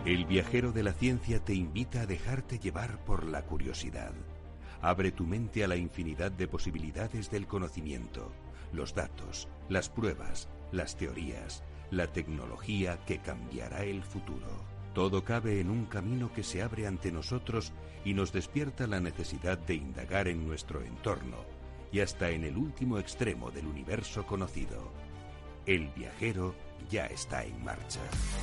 El viajero de la ciencia te invita a dejarte llevar por la curiosidad. Abre tu mente a la infinidad de posibilidades del conocimiento, los datos, las pruebas, las teorías, la tecnología que cambiará el futuro. Todo cabe en un camino que se abre ante nosotros y nos despierta la necesidad de indagar en nuestro entorno y hasta en el último extremo del universo conocido. El viajero ya está en marcha.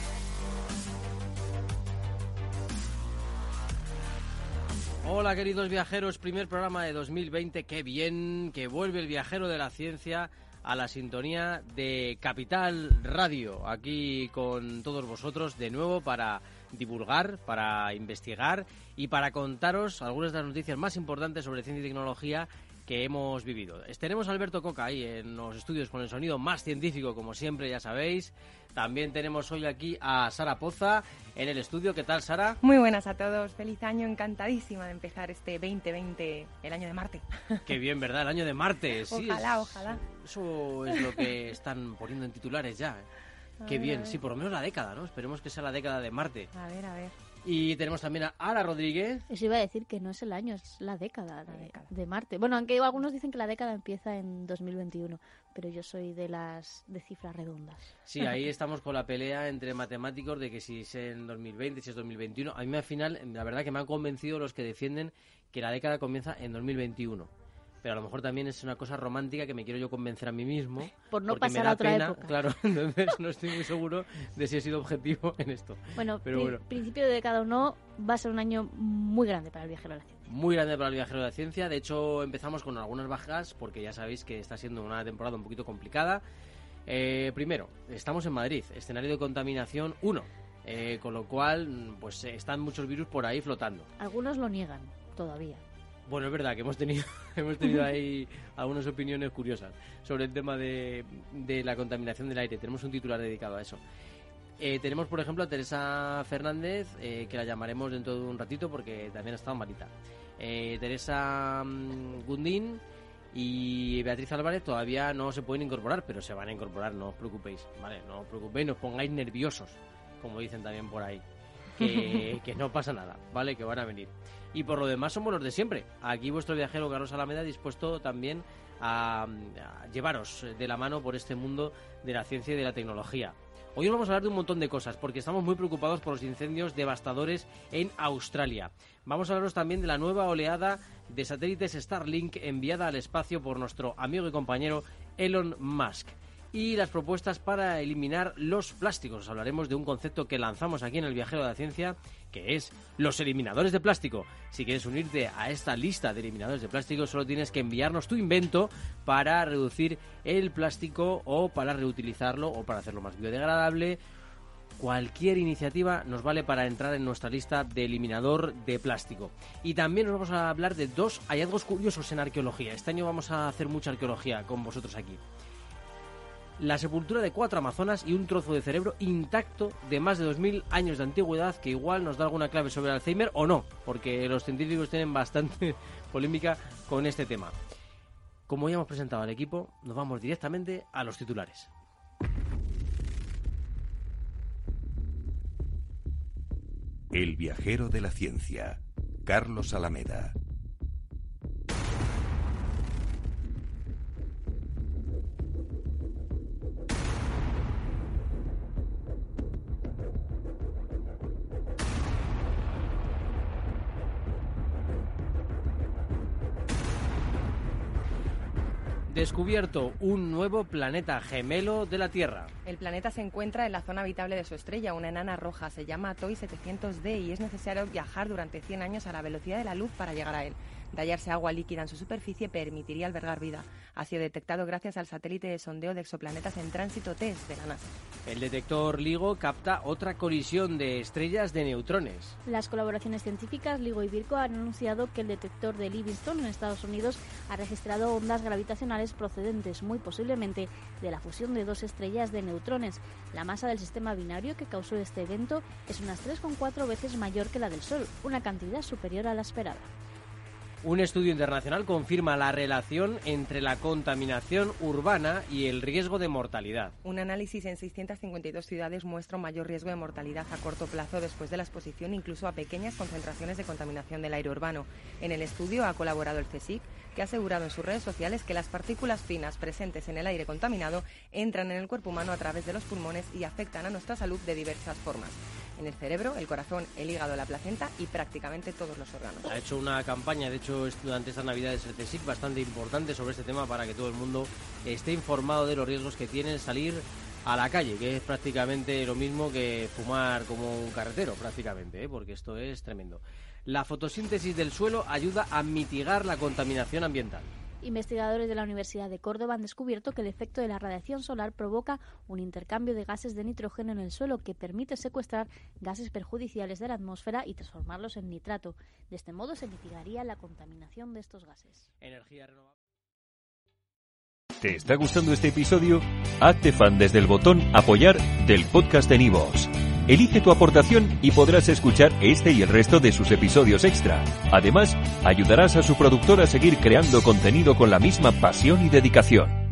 Hola queridos viajeros, primer programa de 2020, qué bien que vuelve el viajero de la ciencia a la sintonía de Capital Radio, aquí con todos vosotros de nuevo para divulgar, para investigar y para contaros algunas de las noticias más importantes sobre ciencia y tecnología que hemos vivido. Tenemos a Alberto Coca ahí en los estudios con el sonido más científico, como siempre, ya sabéis. También tenemos hoy aquí a Sara Poza en el estudio. ¿Qué tal, Sara? Muy buenas a todos. Feliz año. Encantadísima de empezar este 2020, el año de Marte. Qué bien, ¿verdad? El año de Marte. Sí, ojalá. Eso es lo que están poniendo en titulares ya. Qué bien. Sí, por lo menos la década, ¿no? Esperemos que sea la década de Marte. A ver. Y tenemos también a Ara Rodríguez. Eso iba a decir que no es el año, es la década de Marte. Bueno, aunque algunos dicen que la década empieza en 2021, pero yo soy de las de cifras redondas. Sí, ahí estamos con la pelea entre matemáticos de que si es en 2020, si es 2021. A mí al final, la verdad que me han convencido los que defienden que la década comienza en 2021. Pero a lo mejor también es una cosa romántica que me quiero yo convencer a mí mismo. Por no pasar me da a otra pena, época. Claro, entonces no estoy muy seguro de si he sido objetivo en esto. Bueno, pero bueno. Principio de década o no, va a ser un año muy grande para el viajero de la ciencia. Muy grande para el viajero de la ciencia. De hecho, empezamos con algunas bajas porque ya sabéis que está siendo una temporada un poquito complicada. Primero, estamos en Madrid, escenario de contaminación 1. Con lo cual, pues están muchos virus por ahí flotando. Algunos lo niegan todavía. Bueno, es verdad que hemos tenido ahí algunas opiniones curiosas sobre el tema de la contaminación del aire. Tenemos un titular dedicado a eso. Tenemos, por ejemplo, a Teresa Fernández, que la llamaremos dentro de un ratito porque también ha estado malita. Teresa Gundín y Beatriz Álvarez todavía no se pueden incorporar, pero se van a incorporar, no os preocupéis, ¿vale? No os preocupéis, no os pongáis nerviosos, como dicen también por ahí. Que no pasa nada, ¿vale? Que van a venir. Y por lo demás somos los de siempre. Aquí vuestro viajero Carlos Alameda dispuesto también a llevaros de la mano por este mundo de la ciencia y de la tecnología. Hoy os vamos a hablar de un montón de cosas porque estamos muy preocupados por los incendios devastadores en Australia. Vamos a hablaros también de la nueva oleada de satélites Starlink enviada al espacio por nuestro amigo y compañero Elon Musk. Y las propuestas para eliminar los plásticos. Os hablaremos de un concepto que lanzamos aquí en el Viajero de la Ciencia, que es los eliminadores de plástico. Si quieres unirte a esta lista de eliminadores de plástico, solo tienes que enviarnos tu invento para reducir el plástico o para reutilizarlo o para hacerlo más biodegradable. Cualquier iniciativa nos vale para entrar en nuestra lista de eliminador de plástico. Y también nos vamos a hablar de 2 hallazgos curiosos en arqueología. Este año vamos a hacer mucha arqueología con vosotros aquí. La sepultura de 4 amazonas y un trozo de cerebro intacto de más de 2000 años de antigüedad, que igual nos da alguna clave sobre el Alzheimer o no, porque los científicos tienen bastante polémica con este tema. Como ya hemos presentado al equipo, nos vamos directamente a los titulares. El viajero de la ciencia, Carlos Alameda. Descubierto un nuevo planeta gemelo de la Tierra. El planeta se encuentra en la zona habitable de su estrella, una enana roja. Se llama TOI 700d y es necesario viajar durante 100 años a la velocidad de la luz para llegar a él. De hallarse agua líquida en su superficie, permitiría albergar vida. Ha sido detectado gracias al satélite de sondeo de exoplanetas en tránsito TESS de la NASA. El detector LIGO capta otra colisión de estrellas de neutrones. Las colaboraciones científicas LIGO y Virgo han anunciado que el detector de Livingston en Estados Unidos ha registrado ondas gravitacionales procedentes muy posiblemente de la fusión de 2 estrellas de neutrones. La masa del sistema binario que causó este evento es unas 3,4 veces mayor que la del Sol, una cantidad superior a la esperada. Un estudio internacional confirma la relación entre la contaminación urbana y el riesgo de mortalidad. Un análisis en 652 ciudades muestra un mayor riesgo de mortalidad a corto plazo después de la exposición incluso a pequeñas concentraciones de contaminación del aire urbano. En el estudio ha colaborado el CSIC, que ha asegurado en sus redes sociales que las partículas finas presentes en el aire contaminado entran en el cuerpo humano a través de los pulmones y afectan a nuestra salud de diversas formas. En el cerebro, el corazón, el hígado, la placenta y prácticamente todos los órganos. Ha hecho una campaña, de hecho, durante estas Navidades el CSIC bastante importante sobre este tema para que todo el mundo esté informado de los riesgos que tiene salir a la calle, que es prácticamente lo mismo que fumar como un carretero, prácticamente, porque esto es tremendo. La fotosíntesis del suelo ayuda a mitigar la contaminación ambiental. Investigadores de la Universidad de Córdoba han descubierto que el efecto de la radiación solar provoca un intercambio de gases de nitrógeno en el suelo que permite secuestrar gases perjudiciales de la atmósfera y transformarlos en nitrato. De este modo se mitigaría la contaminación de estos gases. Energía renovable. ¿Te está gustando este episodio? Hazte fan desde el botón Apoyar del podcast de Nivos. Elige tu aportación y podrás escuchar este y el resto de sus episodios extra. Además, ayudarás a su productor a seguir creando contenido con la misma pasión y dedicación.